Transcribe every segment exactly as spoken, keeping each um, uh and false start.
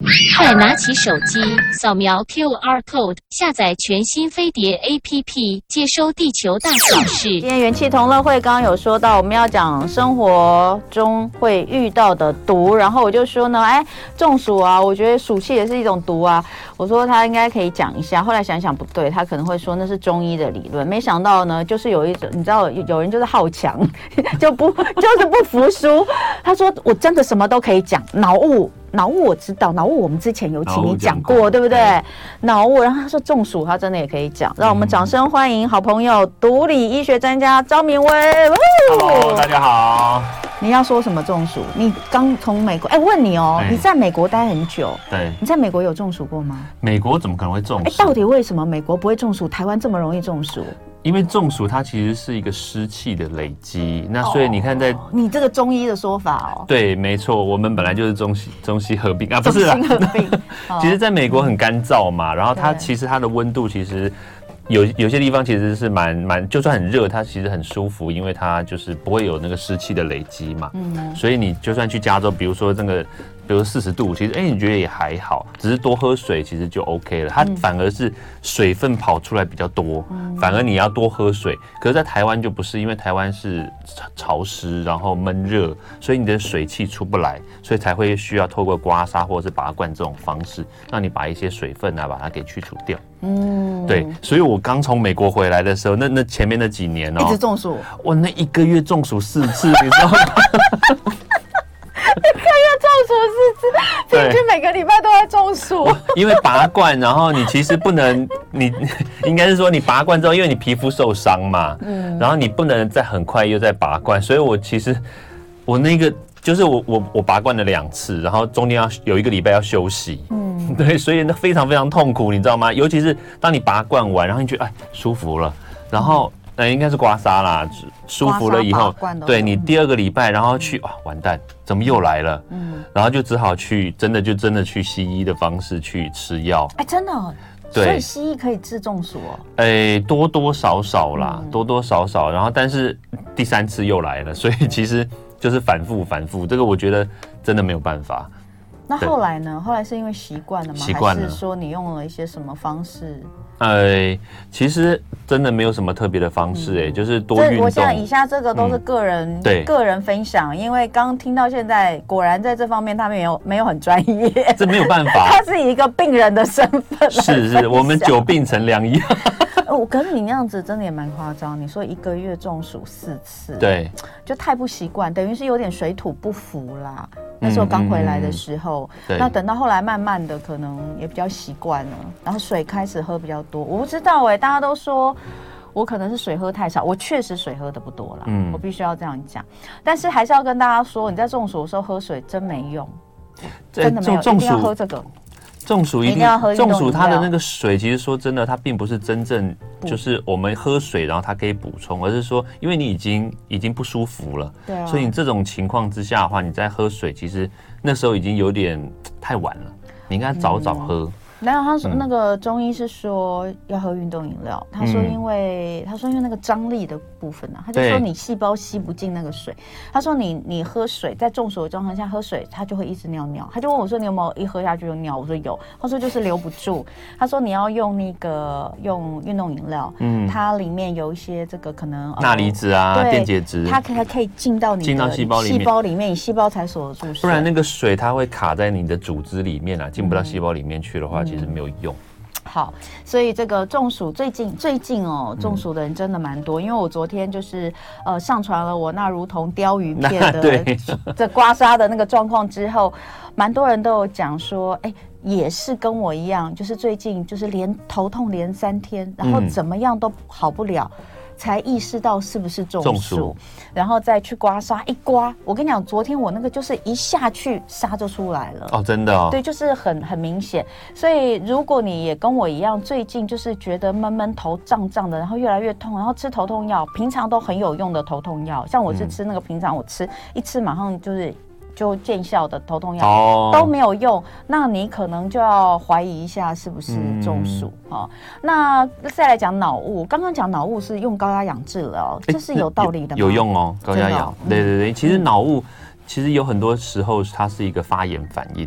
快拿起手机，扫描 Q R code， 下载全新飞碟 A P P， 接收地球大小事。 今天元气同乐会刚刚有说到，我们要讲生活中会遇到的毒，然后我就说呢，哎，中暑啊，我觉得暑气也是一种毒啊。我说他应该可以讲一下，后来想想不对，他可能会说那是中医的理论。没想到呢，就是有一种，你知道，有人就是好强，就不就是不服输。他说我真的什么都可以讲，脑雾。脑雾我知道，脑雾我们之前有请你讲过，对不对？脑雾，然后他说中暑，他真的也可以讲。让我们掌声欢迎好朋友毒理医学专家张明威。 Hello， 大家好。 你要说什么中暑？你刚从美国，哎，问你哦，你在美国待很久， 对， 你在美国有中暑过吗？ 美国怎么可能会中暑？ 哎，到底为什么美国不会中暑，台湾这么容易中暑？ 因为中暑它其实是一个湿气的累积，那所以你看在、哦、 你这个中医的说法哦， 对，没错，我们本来就是中西中西合并啊，不是啦， 中西合并。 其实在美国很干燥嘛，然后它其实它的温度其实有有些地方其实是蛮蛮，就算很热，它其实很舒服，因为它就是不会有那个湿气的累积嘛，嗯，所以你就算去加州，比如说那个。比如四十度，其实哎、欸，你觉得也还好，只是多喝水其实就 OK 了。它反而是水分跑出来比较多，嗯、反而你要多喝水。可是，在台湾就不是，因为台湾是潮湿，然后闷热，所以你的水汽出不来，所以才会需要透过刮痧或者是拔罐这种方式，让你把一些水分啊把它给去除掉。嗯，对，所以我刚从美国回来的时候，那那前面那几年哦、喔， 一直中暑， 我那一个月中暑四次，你知道吗？ 一个月中暑四次，平均每个礼拜都在中暑。 因为拔罐，然后你其实不能，你应该是说你拔罐之后，因为你皮肤受伤嘛，嗯，然后你不能再很快又再拔罐，所以我其实我那个就是我我我拔罐了两次，然后中间要有一个礼拜要休息，嗯，对，所以那非常非常痛苦，你知道吗？尤其是当你拔罐完，然后你觉得哎舒服了，然后。那应该是刮痧啦，舒服了以后，对你第二个礼拜，然后去啊，完蛋，怎么又来了？嗯，然后就只好去，真的就真的去西医的方式去吃药。 哎，真的、哦，对，所以西医可以治中暑哦。 哎，多多少少啦，嗯、多多少少，然后但是第三次又来了，所以其实就是反复反复，这个我觉得真的没有办法。 那后来呢？后来是因为习惯了吗？ 习惯了， 还是说你用了一些什么方式？ 呃，其实真的没有什么特别的方式、欸，哎、嗯，就是多运动。 我想以下这个都是个人、嗯、对个人分享，因为刚听到现在，果然在这方面他没有没有很专业， 这没有办法。 他是以一个病人的身份， 是是，我们久病成良医。 我可是你那样子真的也蛮夸张，你说一个月中暑四次， 对， 就太不习惯，等于是有点水土不服啦。那时候刚回来的时候，嗯嗯嗯那等到后来慢慢的可能也比较习惯了，然后水开始喝比较多。我不知道哎、欸，大家都说我可能是水喝太少，我确实水喝的不多啦，嗯，我必须要这样讲。但是还是要跟大家说，你在中暑的时候喝水真没用，真的没有，一定要喝这个。 中暑一定要喝中暑，它的那个水其实说真的，它并不是真正就是我们喝水，然后它可以补充，而是说，因为你已经已经不舒服了，对啊，所以你这种情况之下的话，你在喝水，其实那时候已经有点太晚了，你应该早早喝。嗯然后他说那个中医是说要喝运动饮料，他说因为、嗯、他说因为那个张力的部分啊，他就说你细胞吸不进那个水，他说你你喝水在中暑的状况下喝水，他就会一直尿尿，他就问我说你有没有一喝下去就尿，我说有，他说就是留不住，他说你要用那个用运动饮料，嗯，它里面有一些这个可能钠离子啊、电解质， 它可以可以进到你的进到细胞里面， 细胞里面，你细胞才锁得住水， 不然那个水它会卡在你的组织里面啊，进不到细胞里面去的话。嗯其实没有用。 好，所以这个中暑最近最近哦，中暑的人真的蛮多。嗯、因为我昨天就是呃上传了我那如同鲷鱼片的这刮痧的那个状况之后，蛮多人都有讲说，哎，也是跟我一样，就是最近就是连头痛连三天，然后怎么样都好不了。嗯才意识到是不是中暑，中暑然后再去刮痧，一刮，我跟你讲，昨天我那个就是一下去痧就出来了。 哦，真的哦。 对，就是很很明显。所以如果你也跟我一样，最近就是觉得闷闷头胀胀的，然后越来越痛，然后吃头痛药，平常都很有用的头痛药，像我是吃那个平常我吃、嗯、一吃马上就是。就见效的头痛药、哦、都没有用，那你可能就要怀疑一下是不是中暑、嗯哦、那再来讲脑雾，刚刚讲脑雾是用高压氧治疗，这是有道理的吗？ 有, 有用哦，高压氧、哦、对对对，其实脑雾、嗯、其实有很多时候它是一个发炎反应，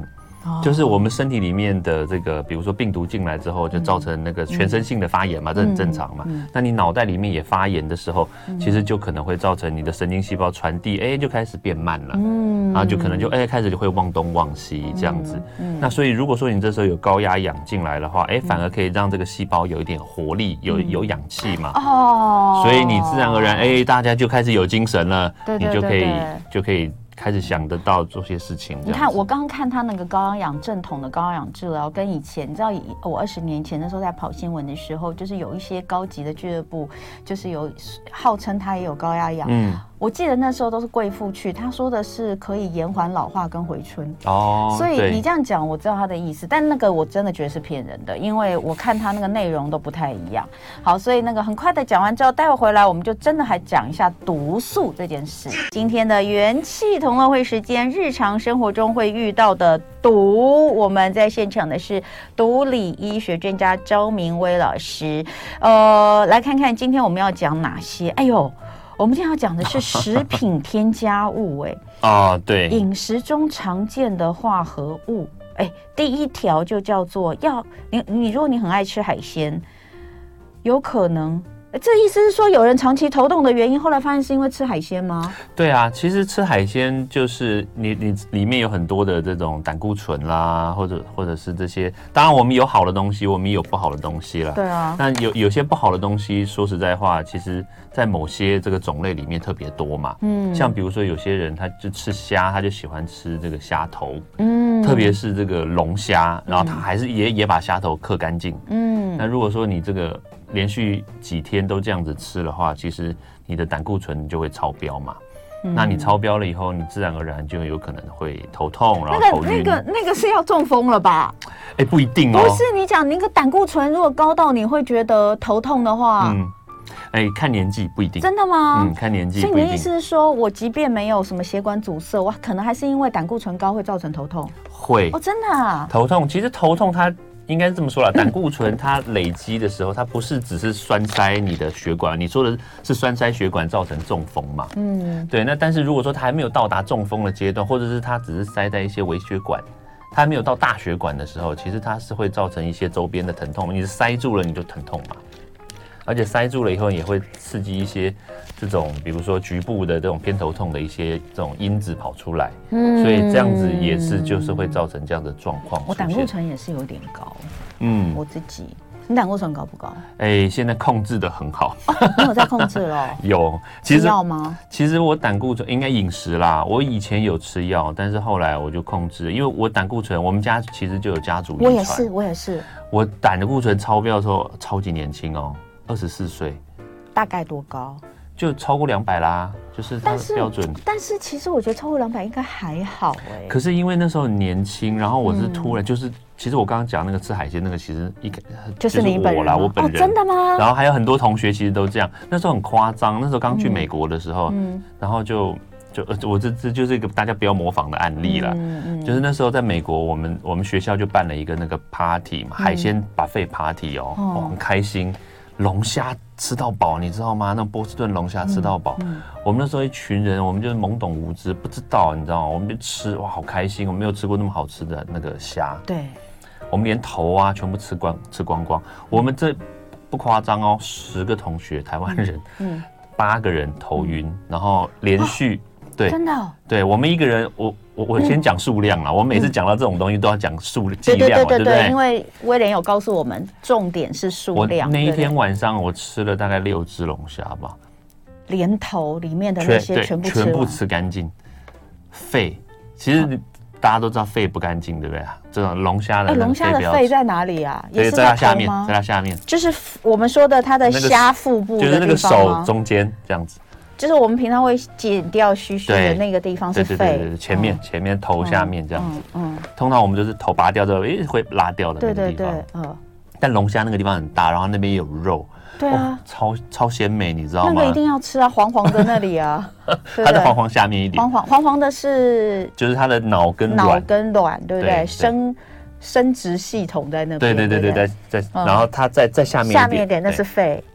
哦、就是我们身体里面的这个，比如说病毒进来之后，就造成那个全身性的发炎嘛，嗯、这很正常嘛。嗯嗯、那你脑袋里面也发炎的时候，嗯、其实就可能会造成你的神经细胞传递，哎，就开始变慢了，嗯，然后就可能就哎开始就会忘东忘西这样子。嗯嗯、那所以如果说你这时候有高压氧进来的话，哎，反而可以让这个细胞有一点活力，有有氧气嘛。哦，所以你自然而然，哎，大家就开始有精神了，对对对对，你就可以就可以。开始想得到做些事情。 你看，我刚刚看他那个高氧正统的高氧治疗，跟以前你知道，我二十年前的时候在跑新闻的时候，就是有一些高级的俱乐部，就是有号称他也有高压氧。嗯，我记得那时候都是贵妇去，他说的是可以延缓老化跟回春。哦，所以你这样讲，我知道他的意思，但那个我真的觉得是骗人的，因为我看他那个内容都不太一样。好，所以那个很快的讲完之后，待会回来我们就真的还讲一下毒素这件事。今天的元气同乐会时间，日常生活中会遇到的毒，我们在现场的是毒理医学专家周明威老师。呃，来看看今天我们要讲哪些。哎呦，我们今天要讲的是食品添加物。哎， 哦，对， 饮食中常见的化合物。哎，第一条就叫做要你你如果你很爱吃海鲜，有可能。这意思是说，有人长期头痛的原因，后来发现是因为吃海鲜吗？ 对啊，其实吃海鲜就是你你里面有很多的这种胆固醇啦，或者或者是这些。当然，我们有好的东西，我们也有不好的东西啦。 对啊。 那有有些不好的东西，说实在话，其实在某些这个种类里面特别多嘛。嗯。像比如说有些人他就吃虾，他就喜欢吃这个虾头。嗯。特别是这个龙虾，然后他还是也也把虾头嗑干净。嗯。那如果说你这个连续几天都这样子吃的话，其实你的胆固醇就会超标嘛。嗯、那你超标了以后，你自然而然就有可能会头痛，然后头晕。 那个、那个、那个是要中风了吧？ 哎、欸，不一定哦。 不是，你讲那个胆固醇如果高到你会觉得头痛的话， 嗯，哎、欸，看年纪不一定。 真的吗？ 嗯，看年纪。 所以你的意思是说，我即便没有什么血管阻塞，我可能还是因为胆固醇高会造成头痛？ 会哦，真的啊。 头痛，其实头痛它。应该是这么说啦，胆固醇它累积的时候，它不是只是栓塞你的血管，你说的是栓塞血管造成中风嘛？嗯，对。那但是如果说它还没有到达中风的阶段，或者是它只是塞在一些微血管，它还没有到大血管的时候，其实它是会造成一些周边的疼痛。你塞住了你就疼痛嘛，而且塞住了以后也会刺激一些这种，比如说局部的这种偏头痛的一些这种因子跑出来，嗯，所以这样子也是就是会造成这样的状况。 我胆固醇也是有点高，嗯，我自己，你胆固醇高不高？ 哎、欸，现在控制得很好。 哦、你有在控制咯？ 有，其实吃药吗？ 其实我胆固醇应该饮食啦，我以前有吃药，但是后来我就控制，因为我胆固醇，我们家其实就有家族遗传。 我也是，我也是。 我胆固醇超标的时候超级年轻哦，二十四岁。 大概多高？ 就超过两百啦，就是它的标准。 但是其实我觉得超过两百应该还好哎、欸。 可是因为那时候很年轻，然后我是突然、嗯、就是，其实我刚刚讲那个吃海鲜那个，其实一就是你本人啦，我本人、 哦、真的吗？ 然后还有很多同学其实都这样，那时候很夸张。那时候刚去美国的时候，嗯、然后就就我这这就是一个大家不要模仿的案例啦。嗯嗯、就是那时候在美国，我们我们学校就办了一个那个 party 嘛，嗯、海鲜 buffet party 哦，哦哦很开心。龙虾吃到饱，你知道吗？那波士顿龙虾吃到饱、嗯嗯，我们那时候一群人，我们就是懵懂无知，不知道，你知道吗？我们就吃，哇，好开心！我没有吃过那么好吃的那个虾， 对， 我们连头啊全部吃光，吃光光。我们这不夸张哦，十个同学，台湾人，嗯，八个人头晕，嗯、然后连续。哦对， 真的、哦， 对我们一个人，我我我先讲数量啦、嗯。我每次讲到这种东西都要讲数剂量嘛，对不对？ 因为威廉有告诉我们，重点是数量。 我那一天晚上我吃了大概六只龙虾吧， 连头里面的那些全部吃全部吃干净，肺其实大家都知道肺不干净，对不对？这种龙虾的龙虾的肺在哪里啊？ 也是在它下面，在它下面， 就是我们说的它的虾腹部的地方吗？ 就是那个手中间这样子。 就是我们平常会剪掉须须的那个地方是肺， 对对对对，前面、嗯、前面头下面这样子。嗯，嗯通常我们就是头拔掉之后，诶会拉掉的那个地方。对对对，嗯。但龙虾那个地方很大，然后那边也有肉。 对啊， 哦、超超鲜美，你知道吗？ 那个一定要吃啊，黄黄的那里啊。 对它的黄黄下面一点。 黄黄黄黄的是， 就是它的脑跟脑跟卵，对不对？ 对生生殖系统在那边。 对对对对对，在、嗯、然后它在在下面一点， 下面一点那是肺。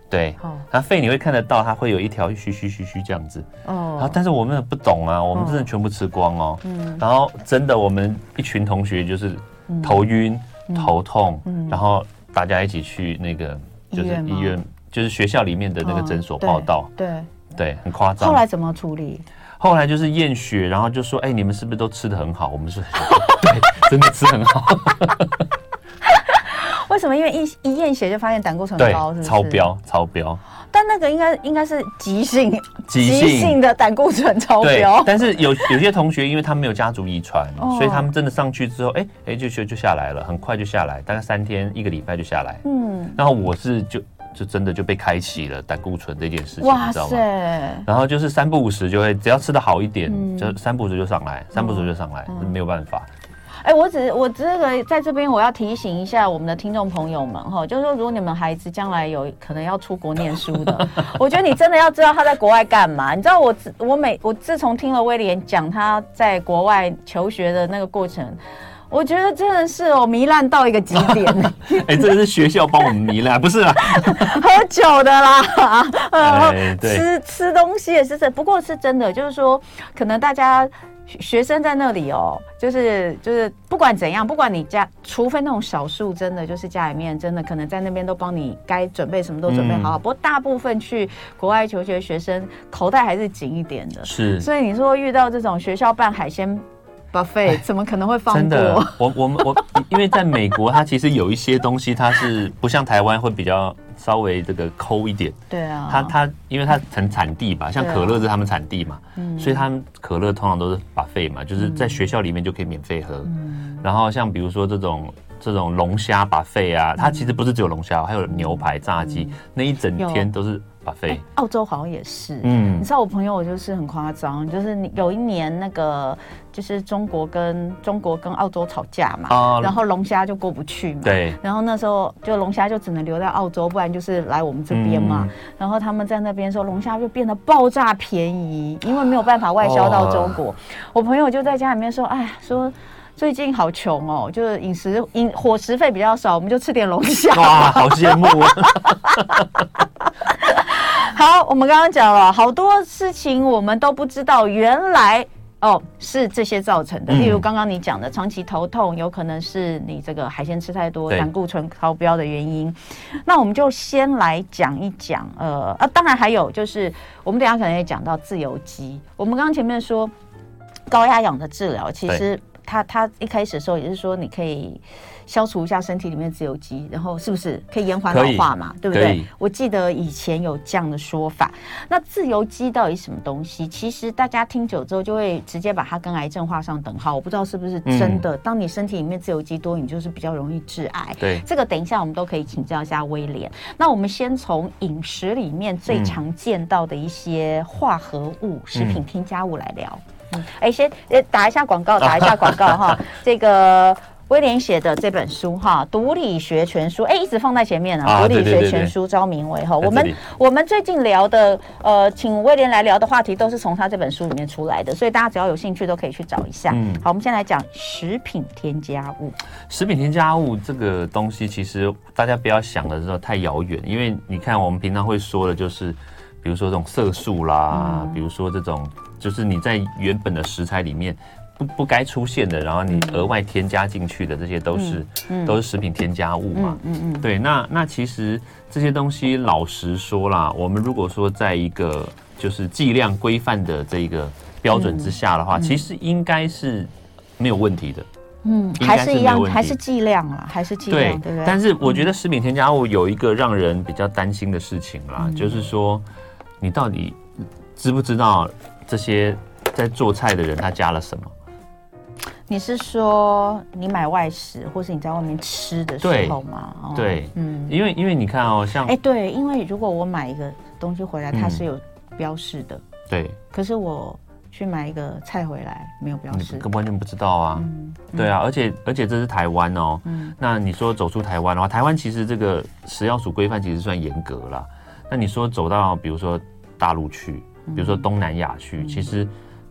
对，它肺你会看得到，它会有一条须须须须这样子。哦，然后但是我们不懂啊，我们真的全部吃光哦。嗯，然后真的我们一群同学就是头晕、嗯、头痛、嗯，然后大家一起去那个就是医院，就是学校里面的那个诊所报到。 对 对, 对，很夸张。 后来怎么处理？ 后来就是验血，然后就说：“哎、欸，你们是不是都吃得很好？”我们说：“对，真的吃很好。” 为什么？因为一一验血就发现胆固醇高，是不是？ 超标，超标。 但那个应该应该是急性急性急性的胆固醇超标。 但是有有些同学，因为他没有家族遗传，哦、所以他们真的上去之后，哎、欸、哎、欸、就就就下来了，很快就下来，大概三天一个礼拜就下来。嗯，然后我是就。就真的就被开启了胆固醇这件事情，你知道吗？然后就是三不五时就会，只要吃得好一点，嗯、就三不五时就上来，三不五时就上来，嗯、没有办法。 哎、欸，我只我这个在这边我要提醒一下我们的听众朋友们哈，就是说如果你们孩子将来有可能要出国念书的，我觉得你真的要知道他在国外干嘛。你知道我我每我自从听了威廉讲他在国外求学的那个过程。我觉得真的是哦，糜烂到一个极点。 哎、欸，这个是学校帮我们糜烂，不是啊？ 喝酒的啦， 哎、 吃吃东西也是这，不过是真的，就是说，可能大家学生在那里哦，就是就是不管怎样，不管你家，除非那种少数真的就是家里面真的可能在那边都帮你该准备什么都准备好好，嗯、不过大部分去国外求学的学生口袋还是紧一点的， 是。 所以你说遇到这种学校办海鲜。buffet 怎么可能会放过？ 真的，我我们我，因为在美国，它其实有一些东西，它是不像台湾会比较稍微这个抠一点。 对啊， 它它因为它成产地吧，像可乐是他们产地嘛，嗯、所以他们可乐通常都是 buffet嘛，就是在学校里面就可以免费喝。嗯、然后像比如说这种这种龙虾 buffet 啊，它其实不是只有龙虾，还有牛排、炸鸡，嗯、那一整天都是。欸、 澳洲好像也是，嗯，你知道我朋友就是很夸张，就是有一年那个就是中国跟中国跟澳洲吵架嘛，哦、然后龙虾就过不去嘛， 对， 然后那时候就龙虾就只能留在澳洲，不然就是来我们这边嘛，嗯、然后他们在那边说龙虾就变得爆炸便宜，因为没有办法外销到中国，哦、我朋友就在家里面说，哎，说。最近好穷哦，就是饮食饮伙食费比较少，我们就吃点龙虾。 哇，好羡慕啊！ 好，我们刚刚讲了好多事情，我们都不知道，原来哦是这些造成的。例如刚刚你讲的长期头痛，有可能是你这个海鲜吃太多，胆固醇超标的原因。那我们就先来讲一讲，呃啊，当然还有就是，我们等一下可能也讲到自由基。我们刚刚前面说高压氧的治疗，其实。他他一开始的时候也是说，你可以消除一下身体里面自由基，然后是不是可以延缓老化嘛？对不对？我记得以前有这样的说法。那自由基到底什么东西？其实大家听久之后就会直接把它跟癌症画上等号。我不知道是不是真的。嗯、当你身体里面自由基多，你就是比较容易致癌。 对， 这个等一下我们都可以请教一下威廉。那我们先从饮食里面最常见到的一些化合物、嗯、食品添加物来聊。嗯，哎，先呃打一下广告，打一下广告哈。这个威廉写的这本书哈，《毒理学全书》，哎，一直放在前面啊，《毒理学全书》招名为哈。我们我们最近聊的呃，请威廉来聊的话题都是从他这本书里面出来的，所以大家只要有兴趣都可以去找一下。嗯，好，我们先来讲食品添加物。 食品添加物这个东西，其实大家不要想的时候太遥远，因为你看我们平常会说的就是，比如说这种色素啦，嗯、比如说这种。就是你在原本的食材里面不不该出现的，然后你额外添加进去的，这些都是、嗯嗯、都是食品添加物嘛。嗯 嗯, 嗯对，那那其实这些东西老实说啦，我们如果说在一个就是剂量规范的这个标准之下的话，嗯嗯、其实应该是没有问题的。 嗯，还是一样，还是剂量啦，还是剂量， 对, 对不对？ 但是我觉得食品添加物有一个让人比较担心的事情啦，嗯、就是说你到底知不知道？这些在做菜的人他加了什么？ 你是说你买外食，或是你在外面吃的时候吗？ 对，哦、对嗯，因为因为你看哦，像哎，对，因为如果我买一个东西回来，它是有标示的， 嗯、对， 可是我去买一个菜回来没有标示， 你完全不知道啊。嗯、对啊，而且而且这是台湾哦，嗯，那你说走出台湾的话，台湾其实这个食药署规范其实算严格啦。那你说走到比如说大陆去。比如说东南亚去，嗯、其实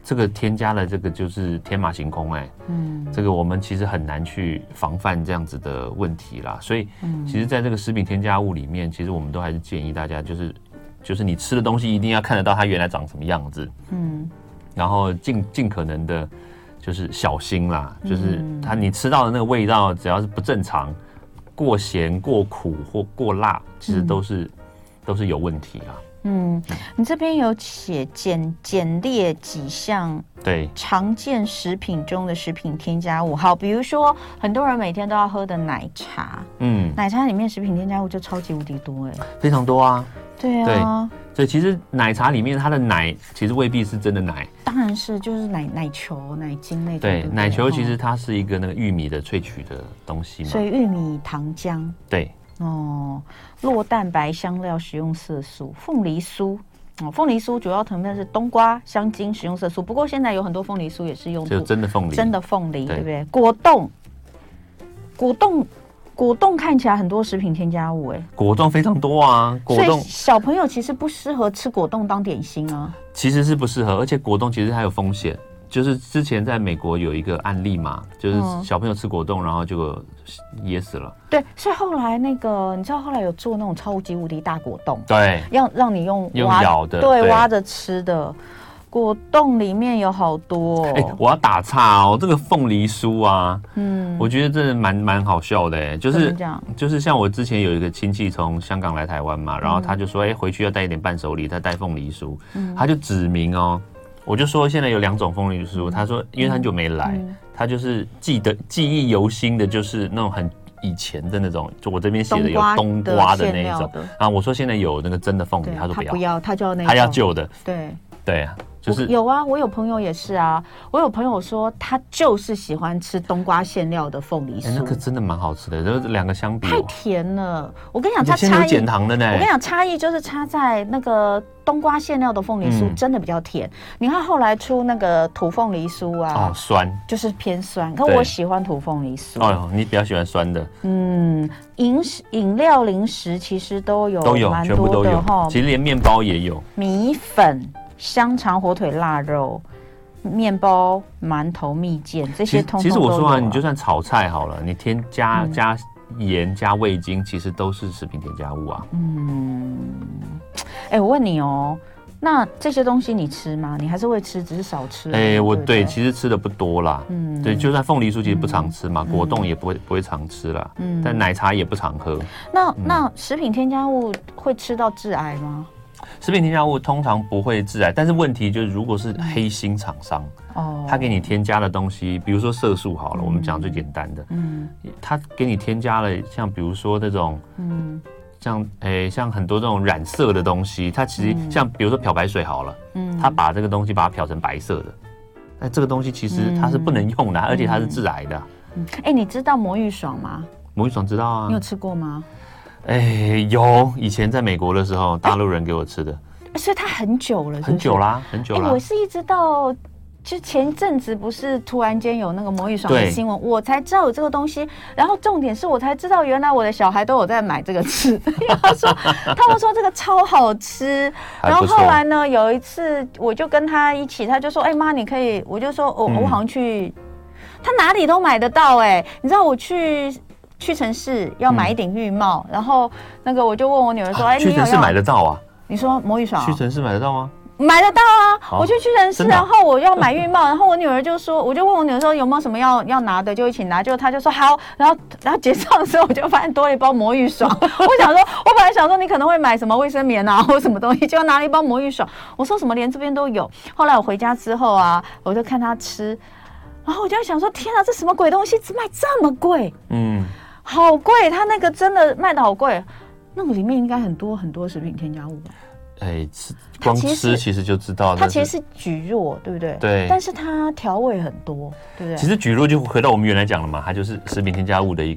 这个添加了这个就是天马行空哎、欸，嗯，这个我们其实很难去防范这样子的问题啦。所以，其实在这个食品添加物里面，其实我们都还是建议大家，就是就是你吃的东西一定要看得到它原来长什么样子，嗯，然后尽尽可能的，就是小心啦，就是它你吃到的那个味道，只要是不正常，过咸、过苦或过辣，其实都是、嗯、都是有问题啦。 嗯，你这边有写简简列几项对常见食品中的食品添加物。好，比如说很多人每天都要喝的奶茶，嗯，奶茶里面食品添加物就超级无敌多哎， 非常多啊。 对啊， 所以其实奶茶里面它的奶其实未必是真的奶， 当然是就是奶奶球、奶精那种。 对，对奶球其实它是一个那个玉米的萃取的东西嘛， 所以玉米糖浆。 对。 哦，酪蛋白、香料、食用色素、凤梨酥哦，凤梨酥主要成分是冬瓜、香精、食用色素。不过现在有很多凤梨酥也是用就真的凤梨， 真的凤梨， 对, 对不对？果冻，果冻，果冻看起来很多食品添加物哎， 果冻非常多啊，果冻小朋友其实不适合吃果冻当点心啊， 其实是不适合，而且果冻其实还有风险。就是之前在美国有一个案例嘛，就是小朋友吃果冻，然后就噎死了。 对，所以后来那个你知道后来有做那种超级无敌大果冻， 对， 要让你用用咬的， 对，挖着吃的。果冻里面有好多、哦，哎、 欸，我要打岔哦，这个凤梨酥啊，嗯，我觉得真的蛮蛮好笑的哎，就是就是像我之前有一个亲戚从香港来台湾嘛，然后他就说，哎、欸，回去要带一点伴手礼，他带凤梨酥，嗯、他就指明哦。我就说现在有两种凤梨酥，他说因为他很久没来，嗯、他就是记得记忆犹新的，就是那种很以前的那种，就我这边写的有冬瓜的那一种。啊，我说现在有那个真的凤梨，他说不要， 他不要，他就要那种， 他要旧的。 对对啊，就是有啊，我有朋友也是啊，我有朋友说他就是喜欢吃冬瓜馅料的凤梨酥， 欸、那个真的蛮好吃的，就是两个相比太甜了。我跟你讲，它差异减糖的呢。 我跟你讲，差异就是差在那个冬瓜馅料的凤梨酥真的比较甜。嗯、你看后来出那个土凤梨酥啊， 哦，酸， 就是偏酸。可我喜欢土凤梨酥。 哦，你比较喜欢酸的。 嗯，饮食、饮料、零食其实都有， 都有，全部都有。其实连面包也有， 米粉。香肠、火腿、腊肉、面包、馒头、蜜饯，这些通通都有、啊、其实我说啊， 你就算炒菜好了，你添加、嗯、加盐、加味精，其实都是食品添加物啊。嗯， 哎、欸，我问你哦，那这些东西你吃吗？你还是会吃，只是少吃。 哎、欸，我 对, 对，其实吃的不多啦。嗯，对，就算凤梨酥其实不常吃嘛，嗯、果冻也不会不会常吃啦。嗯，但奶茶也不常喝。 那、嗯、那食品添加物会吃到致癌吗？ 食品添加物通常不会致癌，但是问题就是，如果是黑心厂商，哦，他给你添加的东西，比如说色素好了，嗯、我们讲最简单的，嗯，他给你添加了像比如说那种，嗯，像诶、欸、像很多这种染色的东西，它其实、嗯、像比如说漂白水好了，嗯，他把这个东西把它漂成白色的，那这个东西其实它是不能用的，嗯、而且它是致癌的。 嗯，哎、欸，你知道魔芋爽吗？ 魔芋爽知道啊， 你有吃过吗？ 哎、欸，有，以前在美国的时候，大陆人给我吃的， 欸、所以它很久了是不是， 很久啦，很久啦。 欸、我是一直到就前阵子不是突然间有那个魔芋爽的新闻，我才知道有这个东西。然后重点是我才知道，原来我的小孩都有在买这个吃，因为他说他们说这个超好吃。然后后来呢，有一次我就跟他一起，他就说：“哎、欸、妈，你可以。”我就说：“我、嗯、我好像去，他哪里都买得到哎、欸，你知道我去。”屈臣氏要买一顶浴帽，嗯、然后那个我就问我女儿说：“哎、啊， 屈臣氏买得到啊？” 你说魔芋爽、哦？ 屈臣氏买得到吗？ 买得到啊！我去屈臣氏，然后我要买浴帽，然后我女儿就说，我就问我女儿说有没有什么要要拿的，就一起拿，就她就说好，然后然后结账的时候我就发现多了一包魔芋爽，我想说，我本来想说你可能会买什么卫生棉啊或什么东西，结果拿了一包魔芋爽，我说什么连这边都有。后来我回家之后啊，我就看她吃，然后我就想说，天啊，这什么鬼东西，只卖这么贵？嗯。好贵，它那个真的卖的好贵，那个里面应该很多很多食品添加物吧？ 哎、欸，吃光吃其实就知道， 它其实是蒟蒻，对不对？ 对， 但是它调味很多，对不对？ 其实蒟蒻就回到我们原来讲了嘛，它就是食品添加物的一个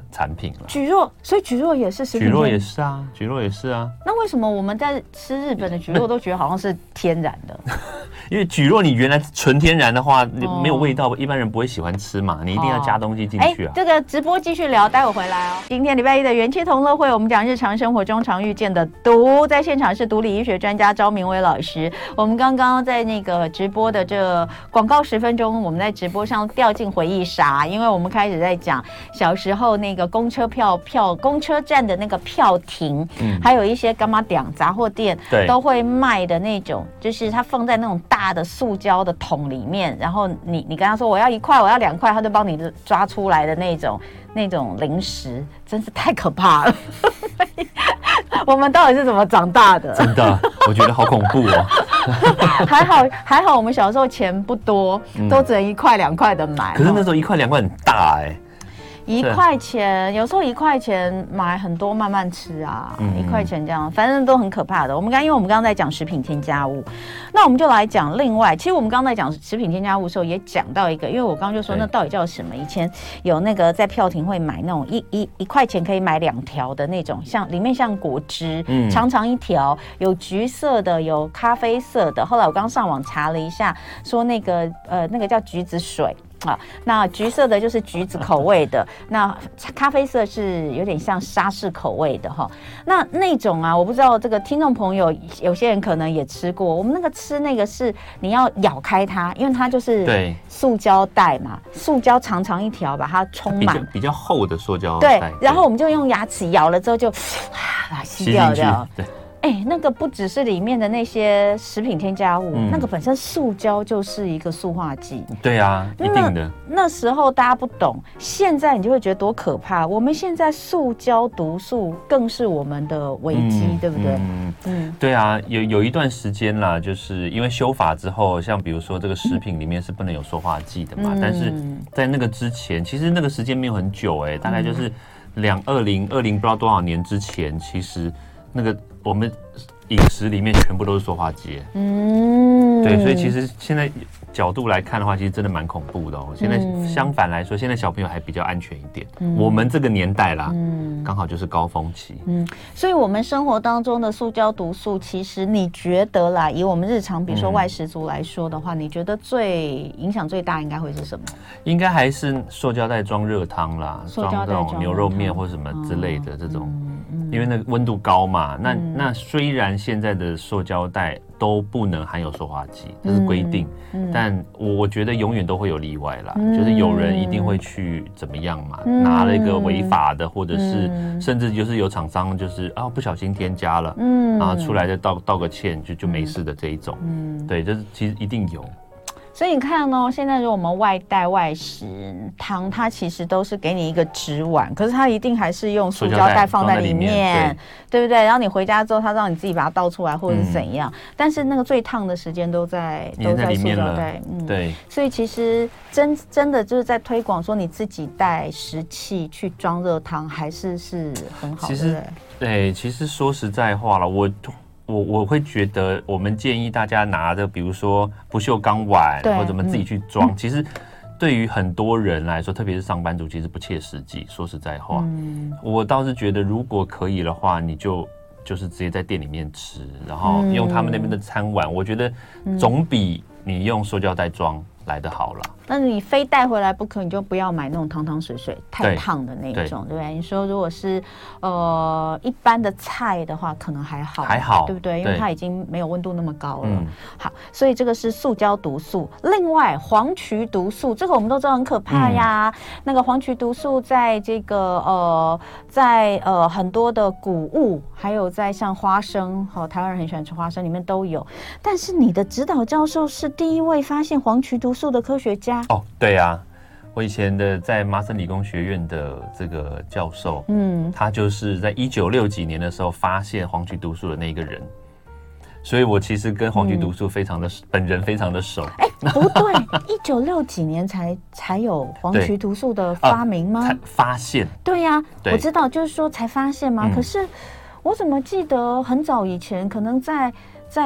产品了。 蒟蒻，所以蒟蒻也是食品。 蒟蒻也是啊，蒟蒻也是啊。 那为什么我们在吃日本的蒟蒻都觉得好像是天然的？ 因为蒟蒻你原来纯天然的话，哦、没有味道，一般人不会喜欢吃嘛，你一定要加东西进去啊。 哎、哦，这个直播继续聊，待会回来哦。今天礼拜一的元气同乐会，我们讲日常生活中常遇见的毒，在现场是毒理医学专家昭明威老师。我们刚刚在那个直播的这广告十分钟，我们在直播上掉进回忆杀，因为我们开始在讲小时候那个公车票票公车站的那个票亭，嗯，还有一些干妈店杂货店都会卖的那种，就是它放在那种大的塑胶的桶里面，然后你你跟他说我要一块，我要两块，他就帮你抓出来的那种那种零食，真是太可怕了。我们到底是怎么长大的？ 真的，我觉得好恐怖哦。 还好还好，我们小时候钱不多，嗯、都只能一块两块的买。 可是那时候一块两块很大哎、欸。 一块钱，有时候一块钱买很多，慢慢吃啊，嗯、一块钱这样，反正都很可怕的。我们刚因为我们刚刚在讲食品添加物，那我们就来讲另外，其实我们刚刚在讲食品添加物的时候，也讲到一个，因为我刚刚就说那到底叫什么？以前有那个在票亭会买那种一一一块钱可以买两条的那种，像里面像果汁，嗯、长长一条，有橘色的，有咖啡色的。后来我刚上网查了一下，说那个呃那个叫橘子水。啊，那橘色的就是橘子口味的，那咖啡色是有点像沙士口味的哈。那那种啊，我不知道这个听众朋友有些人可能也吃过。我们那个吃那个是你要咬开它，因为它就是塑胶袋嘛，塑胶长长一条，把它充满， 比较比较厚的塑胶袋。 对，然后我们就用牙齿咬了之后就啊吸掉掉。对。哎，那个不只是里面的那些食品添加物，嗯、那个本身塑胶就是一个塑化剂。 对啊，一定的。 那时候大家不懂，现在你就会觉得多可怕。我们现在塑胶毒素更是我们的危机，嗯、对不对？嗯嗯，对啊，有有一段时间啦，就是因为修法之后，像比如说这个食品里面是不能有塑化剂的嘛，嗯、但是在那个之前，其实那个时间没有很久、欸，哎，大概就是两二零二零不知道多少年之前，其实那个。我们饮食里面全部都是塑化剂，嗯，对，所以其实现在角度来看的话，其实真的蛮恐怖的哦。现在相反来说，现在小朋友还比较安全一点。嗯、我们这个年代啦，嗯，刚好就是高峰期，嗯， 所以我们生活当中的塑胶毒素，其实你觉得啦，以我们日常比如说外食族来说的话，嗯、你觉得最影响最大应该会是什么？ 应该还是塑胶袋装热汤啦，装这种牛肉面或什么之类的这种。嗯嗯、因为那个温度高嘛，那、嗯、那虽然现在的塑胶袋都不能含有塑化剂，这是规定，嗯嗯、但我我觉得永远都会有例外啦，嗯、就是有人一定会去怎么样嘛，嗯、拿了一个违法的，或者是、嗯、甚至就是有厂商就是啊不小心添加了，嗯、啊出来就道道个歉就就没事的这一种，嗯、对，就是其实一定有。 所以你看哦，现在如果我们外带外食汤，它其实都是给你一个纸碗，可是它一定还是用塑胶袋放在里面，对不对？然后你回家之后，它让你自己把它倒出来，或者是怎样。嗯、但是那个最烫的时间都在都在塑胶袋， 嗯，对。 所以其实真真的就是在推广说你自己带食器去装热汤，还是是很好的。 其实对，其实说实在话了，我。我我会觉得，我们建议大家拿着，比如说不锈钢碗，或者我们自己去装。嗯、其实对于很多人来说，特别是上班族，其实不切实际。说实在话，嗯、我倒是觉得，如果可以的话，你就就是直接在店里面吃，然后用他们那边的餐碗，嗯、我觉得总比你用塑胶袋装来得好了。 那你非带回来不可，你就不要买那种汤汤水水太烫的那种， 对, 对不对？你说如果是呃一般的菜的话，可能还好， 还好， 对不对？因为它已经没有温度那么高了。嗯、好，所以这个是塑胶毒素。另外，黄曲毒素，这个我们都知道很可怕呀。嗯、那个黄曲毒素在这个呃，在呃很多的谷物，还有在像花生，好、哦，台湾人很喜欢吃花生，里面都有。但是你的指导教授是第一位发现黄曲毒素的科学家。 哦，对啊，我以前的在麻省理工学院的这个教授，嗯，他就是在一九六几年的时候发现黄曲毒素的那个人，所以我其实跟黄曲毒素非常的、嗯、本人非常的熟。 哎，不对，一九六几年才才有黄曲毒素的发明吗？ 才发现。 对呀、啊，我知道，就是说才发现吗？嗯、可是我怎么记得很早以前，可能在。在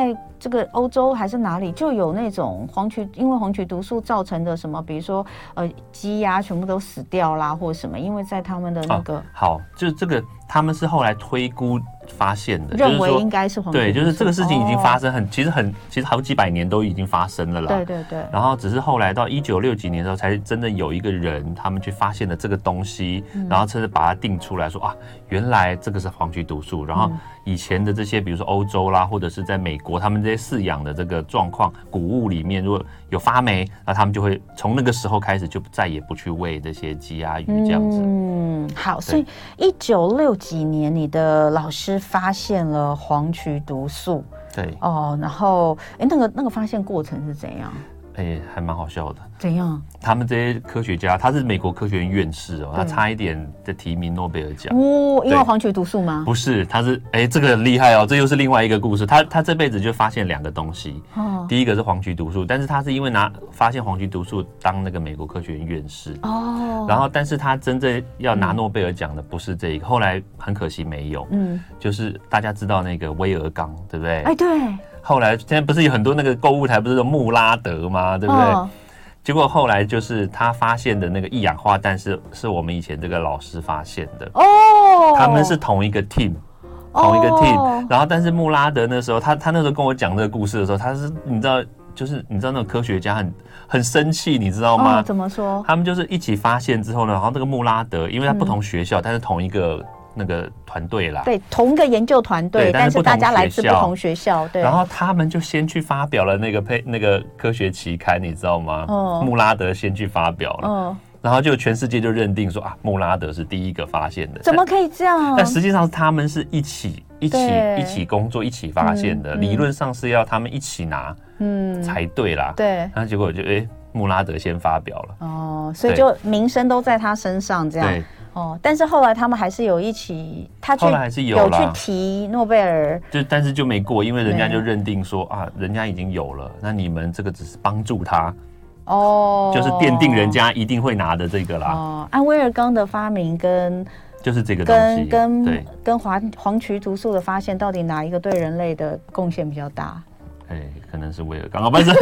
这个欧洲还是哪里就有那种黄曲，因为黄曲毒素造成的什么，比如说呃鸡鸭全部都死掉啦，或者什么，因为在他们的那个、哦、 好，就是这个他们是后来推估发现的， 认为应该是黄曲毒素， 对，就是这个事情已经发生很，哦、其实很其实好几百年都已经发生了啦。 对对对。 然后只是后来到一九六几年的时候，才真的有一个人他们去发现了这个东西，嗯、然后甚至把它定出来说啊，原来这个是黄曲毒素，然后。嗯以前的这些，比如说欧洲啦，或者是在美国，他们这些饲养的这个状况，谷物里面如果有发霉，那他们就会从那个时候开始就再也不去喂这些鸡鸭鱼这样子。 嗯，好，所以一九六几年，你的老师发现了黄曲毒素。 对。 哦，然后，哎，那个那个发现过程是怎样？ 哎、欸，还蛮好笑的。 怎样？ 他们这些科学家，他是美国科学院院士哦，他差一点的提名诺贝尔奖。 哦，因为黄曲毒素吗？ 不是，他是哎、欸，这个很厉害哦，这又是另外一个故事。他他这辈子就发现两个东西。哦。第一个是黄曲毒素，但是他是因为拿发现黄曲毒素当那个美国科学院院士。哦。然后，但是他真正要拿诺贝尔奖的不是这一个，嗯、后来很可惜没有。嗯。就是大家知道那个威尔刚，对不对？ 哎，对。 后来现在不是有很多那个购物台不是有穆拉德吗？对不对？哦、结果后来就是他发现的那个一氧化氮是是我们以前这个老师发现的哦，他们是同一个 team， 同一个 team、哦。然后但是穆拉德那时候他他那时候跟我讲这个故事的时候，他是你知道就是你知道那种科学家很很生气，你知道吗、 哦？怎么说？ 他们就是一起发现之后呢，然后这个穆拉德因为他不同学校，嗯、但是同一个。那个团队啦， 对，同一个研究团队，但是大家来自不同学校，对。 然后他们就先去发表了那个配那个科学期刊，你知道吗？哦，穆拉德先去发表了，哦，然后就全世界就认定说啊，穆拉德是第一个发现的。 怎么可以这样？ 但实际上他们是一起一起一起工作，一起发现的。嗯、理论上是要他们一起拿，嗯，才对啦。 对。 然后结果就哎、欸，穆拉德先发表了。 哦，所以就名声都在他身上，这样。对。哦，但是后来他们还是有一起，他去后来还是有有去提诺贝尔， 就但是就没过，因为人家就认定说啊，人家已经有了，那你们这个只是帮助他，哦，就是奠定人家一定会拿的这个啦。 哦，按威尔刚的发明跟就是这个东西， 跟跟跟黄黄曲毒素的发现，到底哪一个对人类的贡献比较大？ 哎，可能是威尔刚，不是。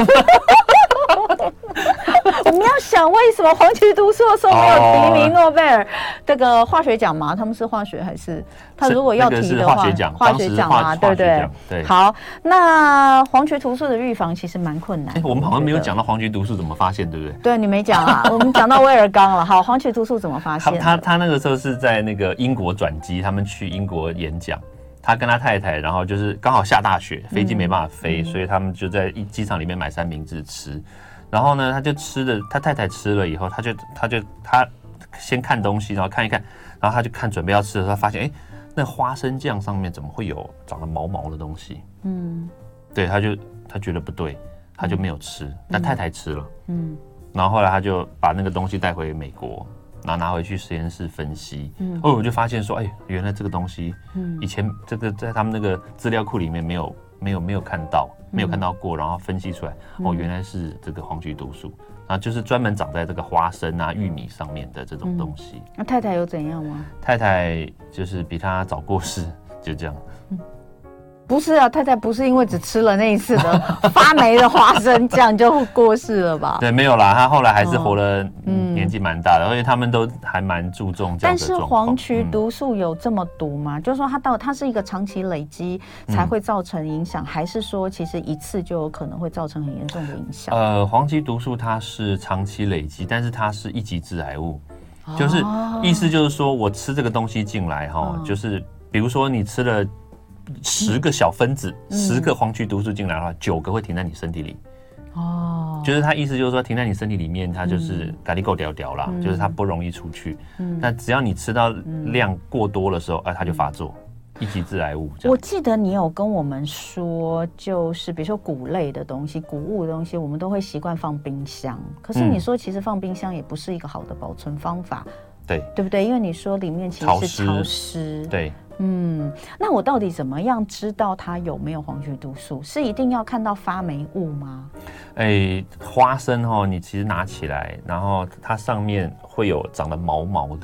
我们要想为什么黄曲毒素的时候没有提名诺贝尔这个化学奖吗？他们是化学还是他如果要提的话， 化学奖， 化学奖嘛，对不对？对。好，那黄曲毒素的预防其实蛮困难。 哎，我们好像没有讲到黄曲毒素怎么发现，对不对？ 对，你没讲啊，我们讲到威尔刚了。好，黄曲毒素怎么发现？ 他他那个时候是在那个英国转机，他们去英国演讲。他跟他太太，然后就是刚好下大雪，飞机没办法飞，嗯、所以他们就在机场里面买三明治吃。然后呢，他就吃了，他太太吃了以后，他就他就他先看东西，然后看一看，然后他就看准备要吃的时候，他发现哎，那花生酱上面怎么会有长得毛毛的东西？嗯，对，他就他觉得不对，他就没有吃，嗯、但太太吃了。嗯，然后后来他就把那个东西带回美国。然后拿回去实验室分析，嗯，哦，我就发现说，哎，原来这个东西，嗯，以前这个在他们那个资料库里面没有没有没有看到，没有看到过，然后分析出来，嗯、哦，原来是这个黄曲毒素，然后就是专门长在这个花生啊、玉米上面的这种东西。 那、嗯、太太有怎样吗？ 太太就是比他早过世，就这样。嗯不是啊，太太不是因为只吃了那一次的发霉的花生酱就过世了吧？ 对，没有啦，他后来还是活了，嗯，年纪蛮大的，而且他们都还蛮注重这样的状况。但是黄曲毒素有这么毒吗？嗯、就是说它到它是一个长期累积才会造成影响，嗯、还是说其实一次就有可能会造成很严重的影响？ 呃，黄曲毒素它是长期累积，但是它是一级致癌物，哦、就是意思就是说我吃这个东西进来哈，哦、就是比如说你吃了。十个小分子，嗯、十个黄曲毒素进来的话，九个会停在你身体里。哦，就是它意思就是说，停在你身体里面，它就是咖喱够屌屌啦，嗯、就是它不容易出去。嗯，那只要你吃到量过多的时候，哎、嗯，它就发作，一级致癌物。 我记得你有跟我们说，就是比如说谷类的东西、谷物的东西，我们都会习惯放冰箱。可是你说，其实放冰箱也不是一个好的保存方法。 对， 对不对？因为你说里面其实是潮湿。 对。 嗯，那我到底怎么样知道它有没有黄曲毒素？是一定要看到发霉物吗？ 哎，花生哦，你其实拿起来，然后它上面会有长得毛毛的，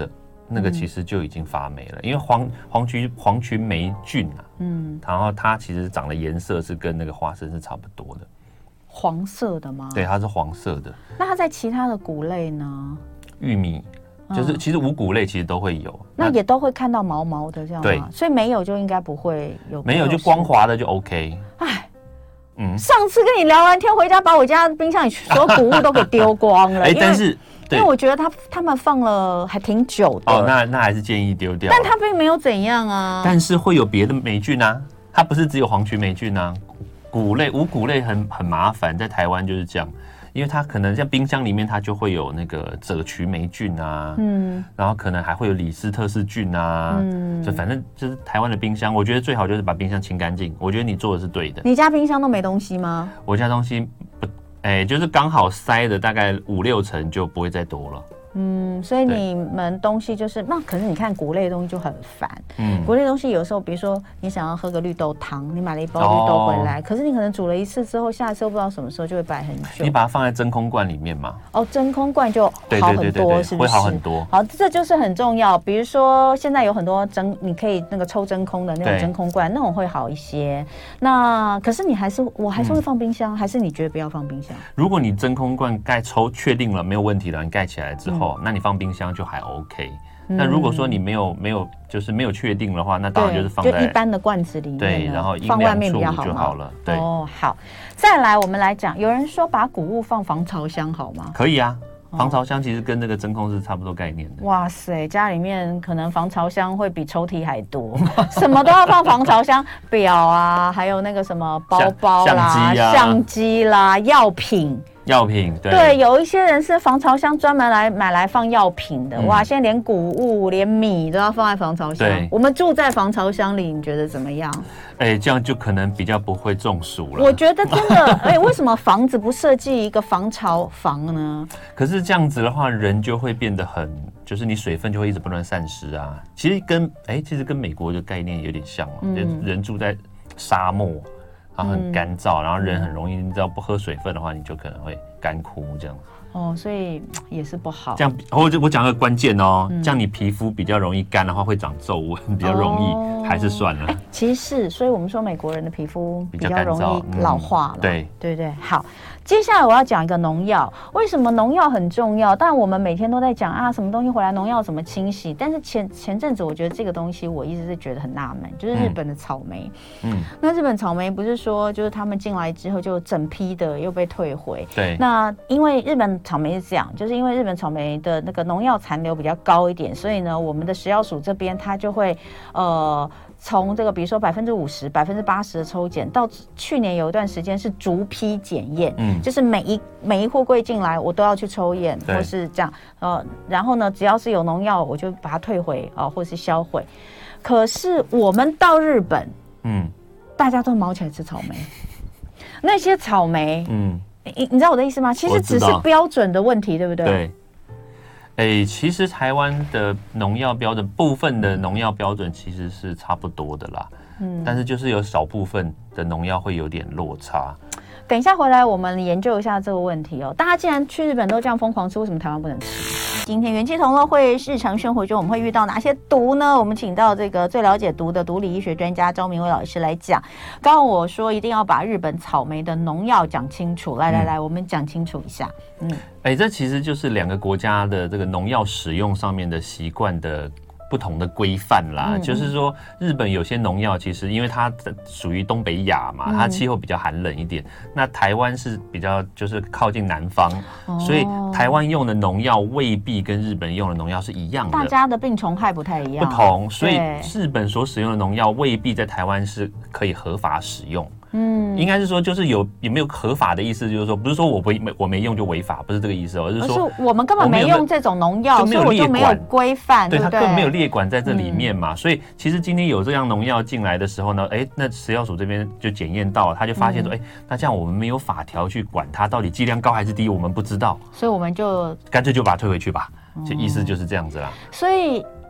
那个其实就已经发霉了，因为黄黄曲黄曲霉菌啊，嗯，然后它其实长的颜色是跟那个花生是差不多的， 黄色的吗？ 对，它是黄色的。 那它在其他的谷类呢？ 玉米就是其实五谷类其实都会有， 嗯、那, 那也都会看到毛毛的这样吗？对，所以没有就应该不会有， 没有就光滑的就 OK。 哎。嗯，上次跟你聊完天回家，把我家冰箱里所有谷物都给丢光了。哎、欸， 但是因为我觉得他他们放了还挺久的。 哦，那那还是建议丢掉。 但它并没有怎样啊。 但是会有别的霉菌啊，它不是只有黄曲霉菌啊。谷类五谷类很很麻烦，在台湾就是这样。因为它可能像冰箱里面，它就会有那个赭曲霉菌啊，嗯，然后可能还会有李斯特氏菌啊，嗯，就反正就是台湾的冰箱，我觉得最好就是把冰箱清干净。我觉得你做的是对的。 你家冰箱都没东西吗？ 我家东西不，哎、欸，就是刚好塞的大概五六成就不会再多了。 嗯，所以你们东西就是那，可是你看谷类的东西就很烦。嗯，谷类的东西有时候，比如说你想要喝个绿豆汤，你买了一包绿豆回来，哦、可是你可能煮了一次之后，下次又不知道什么时候就会摆很久。 你把它放在真空罐里面嘛？ 哦，真空罐就好很多，是不是？ 会好很多。 好，这就是很重要。比如说现在有很多真，你可以那个抽真空的那种真空罐，那种会好一些。那可是你还是，我还是会放冰箱，嗯、还是你觉得不要放冰箱？ 如果你真空罐盖抽确定了没有问题了，你盖起来之后。嗯那你放冰箱就还 OK。那如果说你没有没有就是没有确定的话，那当然就是放在就一般的罐子里面， 对，然后放外面比较好就好了。对哦，好。再来，我们来讲，有人说把谷物放防潮箱好吗？ 可以啊。防潮箱其实跟那个真空是差不多概念的。 哇塞，家里面可能防潮箱会比抽屉还多，什么都要放防潮箱，表啊，还有那个什么包包啦、相机啊、相机啦、药品。 药品 对, 对，有一些人是防潮箱专门来买来放药品的、嗯、哇！现在连谷物、连米都要放在防潮箱。我们住在防潮箱里，你觉得怎么样？ 哎、欸，这样就可能比较不会中暑了。 我觉得真的，哎、欸，为什么房子不设计一个防潮房呢？ 可是这样子的话，人就会变得很，就是你水分就会一直不断散失啊。其实跟哎、欸，其实跟美国的概念有点像嘛，嗯、人住在沙漠。然后很干燥，嗯、然后人很容易，你只要不喝水分的话，你就可能会干枯这样。 哦，所以也是不好。 这样，我我讲个关键哦，嗯、这样你皮肤比较容易干的话，会长皱纹，比较容易，哦、还是算了。 其实是，所以我们说美国人的皮肤比较容易老化了。嗯、 对对对，好。接下来我要讲一个农药，为什么农药很重要？但我们每天都在讲啊，什么东西回来农药怎么清洗？但是前前阵子我觉得这个东西我一直是觉得很纳闷，就是日本的草莓。嗯，那日本草莓不是说就是他们进来之后就整批的又被退回？ 对。 那因为日本草莓是这样，就是因为日本草莓的那个农药残留比较高一点，所以呢，我们的食药署这边它就会呃。从这个比如说百分之五十、百分之八十的抽检，到去年有一段时间是逐批检验，嗯，就是每一每一货柜进来，我都要去抽验，或是这样，呃，然后呢，只要是有农药，我就把它退回啊、呃，或是销毁。可是我们到日本，嗯，大家都毛起来吃草莓，那些草莓，嗯，你你知道我的意思吗？其实只是标准的问题，对不对？ 对。哎、欸，其实台湾的农药标准，部分的农药标准其实是差不多的啦，嗯，但是就是有少部分的农药会有点落差。 等一下回来我们研究一下这个问题哦。大家既然去日本都这样疯狂吃，为什么台湾不能吃？今天元气同乐会日常生活中我们会遇到哪些毒呢？我们请到这个最了解毒的毒理医学专家周明威老师来讲。刚刚我说一定要把日本草莓的农药讲清楚，来来来，我们讲清楚一下。嗯， 哎、欸，这其实就是两个国家的这个农药使用上面的习惯的不同的规范啦，嗯、就是说日本有些农药其实因为它属于东北亚嘛，它气候比较寒冷一点，嗯、那台湾是比较就是靠近南方，哦、所以台湾用的农药未必跟日本用的农药是一样的， 大家的病虫害不太一样， 不同，所以日本所使用的农药未必在台湾是可以合法使用。嗯，应该是说，就是有有没有合法的意思，就是说，不是说我没我没用就违法，不是这个意思哦，就是说我们根本没用这种农药，所以我就没有规范， 对， 对不对？ 它根本没有列管在这里面嘛，嗯、所以其实今天有这样农药进来的时候呢，哎，那食药署这边就检验到了，他就发现说，哎、嗯，那这样我们没有法条去管它到底剂量高还是低，我们不知道， 所以我们就干脆就把它退回去吧，就意思就是这样子啦。 所以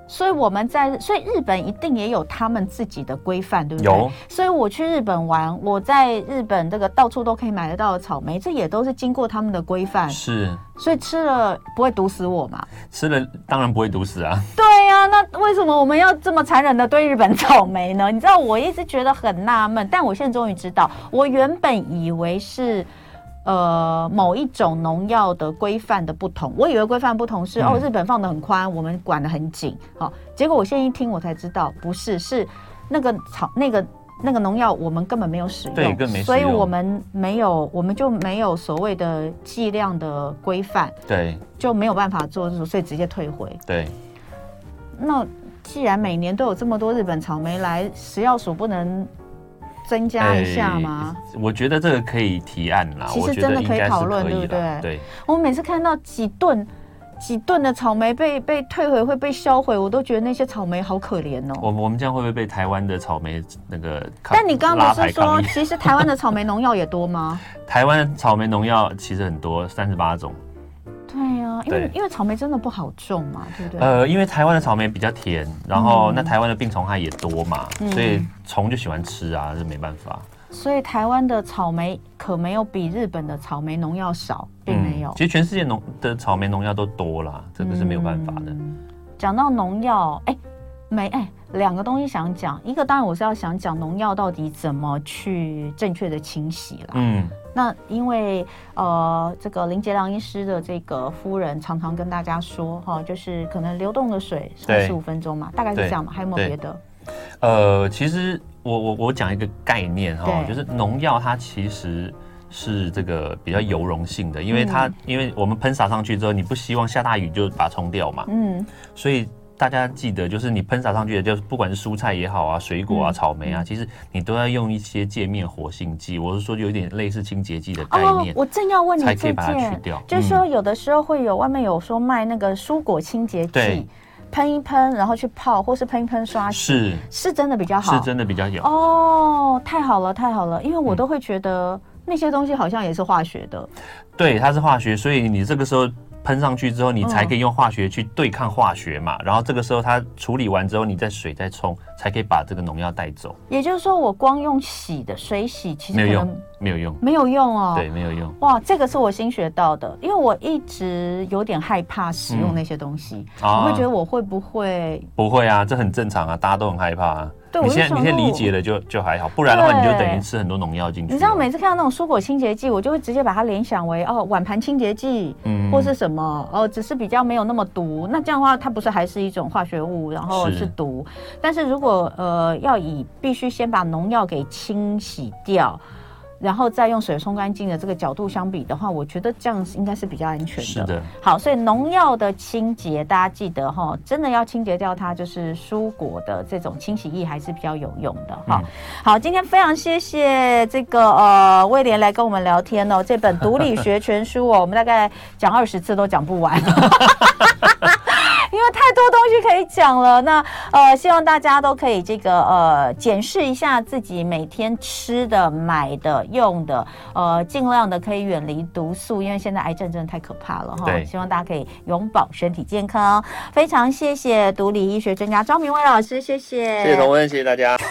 所以我们在，所以日本一定也有他们自己的规范，对不对？ 有。 所以我去日本玩，我在日本这个到处都可以买得到的草莓，这也都是经过他们的规范。 是。 所以吃了不会毒死我嘛？ 吃了当然不会毒死啊。 对呀、啊，那为什么我们要这么残忍的对日本草莓呢？你知道，我一直觉得很纳闷，但我现在终于知道，我原本以为是。呃，某一种农药的规范的不同，我以为规范不同是、嗯、哦，日本放得很宽，我们管得很紧，好、哦，结果我现在一听我才知道，不是，是那个草那个那个农药我们根本没有使用， 对，更没使用， 所以我们没有，我们就没有所谓的剂量的规范， 对， 就没有办法做，所以直接退回。 对， 那既然每年都有这么多日本草莓来，食药署不能增加一下吗、 欸？我觉得这个可以提案啦， 其实真的可以讨论，对不对？ 对， 我每次看到几吨、几吨的草莓被被退回，会被销毁，我都觉得那些草莓好可怜哦。 我们我们这样会不会被台湾的草莓那个？ 但你刚刚不是说，其实台湾的草莓农药也多吗？ 台湾的草莓农药其实很多，三十八种。 对啊，因为因为草莓真的不好种嘛，对不对？ 呃，因为台湾的草莓比较甜，然后、嗯、那台湾的病虫害也多嘛，嗯、所以虫就喜欢吃啊，这没办法。 所以台湾的草莓可没有比日本的草莓农药少，并没有。嗯、 其实全世界农的草莓农药都多啦，这个是没有办法的。 讲、嗯、到农药，哎，没哎，两个东西想讲，一个当然我是要想讲农药到底怎么去正确的清洗啦。嗯。那因为呃，这个林杰良医师的这个夫人常常跟大家说哈，就是可能流动的水三十五分钟嘛，大概是这样嘛，还有没有别的？ 呃，其实我我我讲一个概念哈，就是农药它其实是这个比较油溶性的，因为它、嗯、因为我们喷洒上去之后，你不希望下大雨就把它冲掉嘛，嗯，所以。大家记得，就是你喷洒上去的，就是不管是蔬菜也好啊，水果啊、嗯、草莓啊，其实你都要用一些界面活性剂。我是说，有点类似清洁剂的概念。哦， 我正要问你这件， 才可以把它去掉。 就是说，有的时候会有外面有说卖那个蔬果清洁剂，喷一喷，然后去泡，或是喷一喷刷洗， 是是真的比较好， 是真的比较有。 哦，太好了，太好了，因为我都会觉得、嗯、那些东西好像也是化学的。 对，它是化学，所以你这个时候。喷上去之后，你才可以用化学去对抗化学嘛。嗯、然后这个时候它处理完之后，你再水再冲，才可以把这个农药带走。 也就是说，我光用洗的水洗，其实没有用，没有用， 没有用哦。 对，没有用。 哇，这个是我新学到的，因为我一直有点害怕使用那些东西，嗯啊、我会觉得我会不会？ 不会啊，这很正常啊，大家都很害怕啊。你现在你现在理解了就就还好，不然的话你就等于吃很多农药进去。 你知道每次看到那种蔬果清洁剂，我就会直接把它联想为哦碗盘清洁剂，嗯，或是什么哦，只是比较没有那么毒。那这样的话，它不是还是一种化学物，然后是毒。是但是如果呃要以必须先把农药给清洗掉。然后再用水冲干净的这个角度相比的话，我觉得这样应该是比较安全的。 是的。 好，所以农药的清洁，大家记得哈，真的要清洁掉它，就是蔬果的这种清洗液还是比较有用的哈。嗯、好，今天非常谢谢这个呃威廉来跟我们聊天哦。这本《毒理学全书》哦，我们大概讲二十次都讲不完。因为太多东西可以讲了，那呃，希望大家都可以这个呃检视一下自己每天吃的、买的、用的，呃，尽量的可以远离毒素，因为现在癌症真的太可怕了哈。希望大家可以永保身体健康。非常谢谢毒理医学专家张明威老师，谢谢， 谢谢同温，谢谢大家。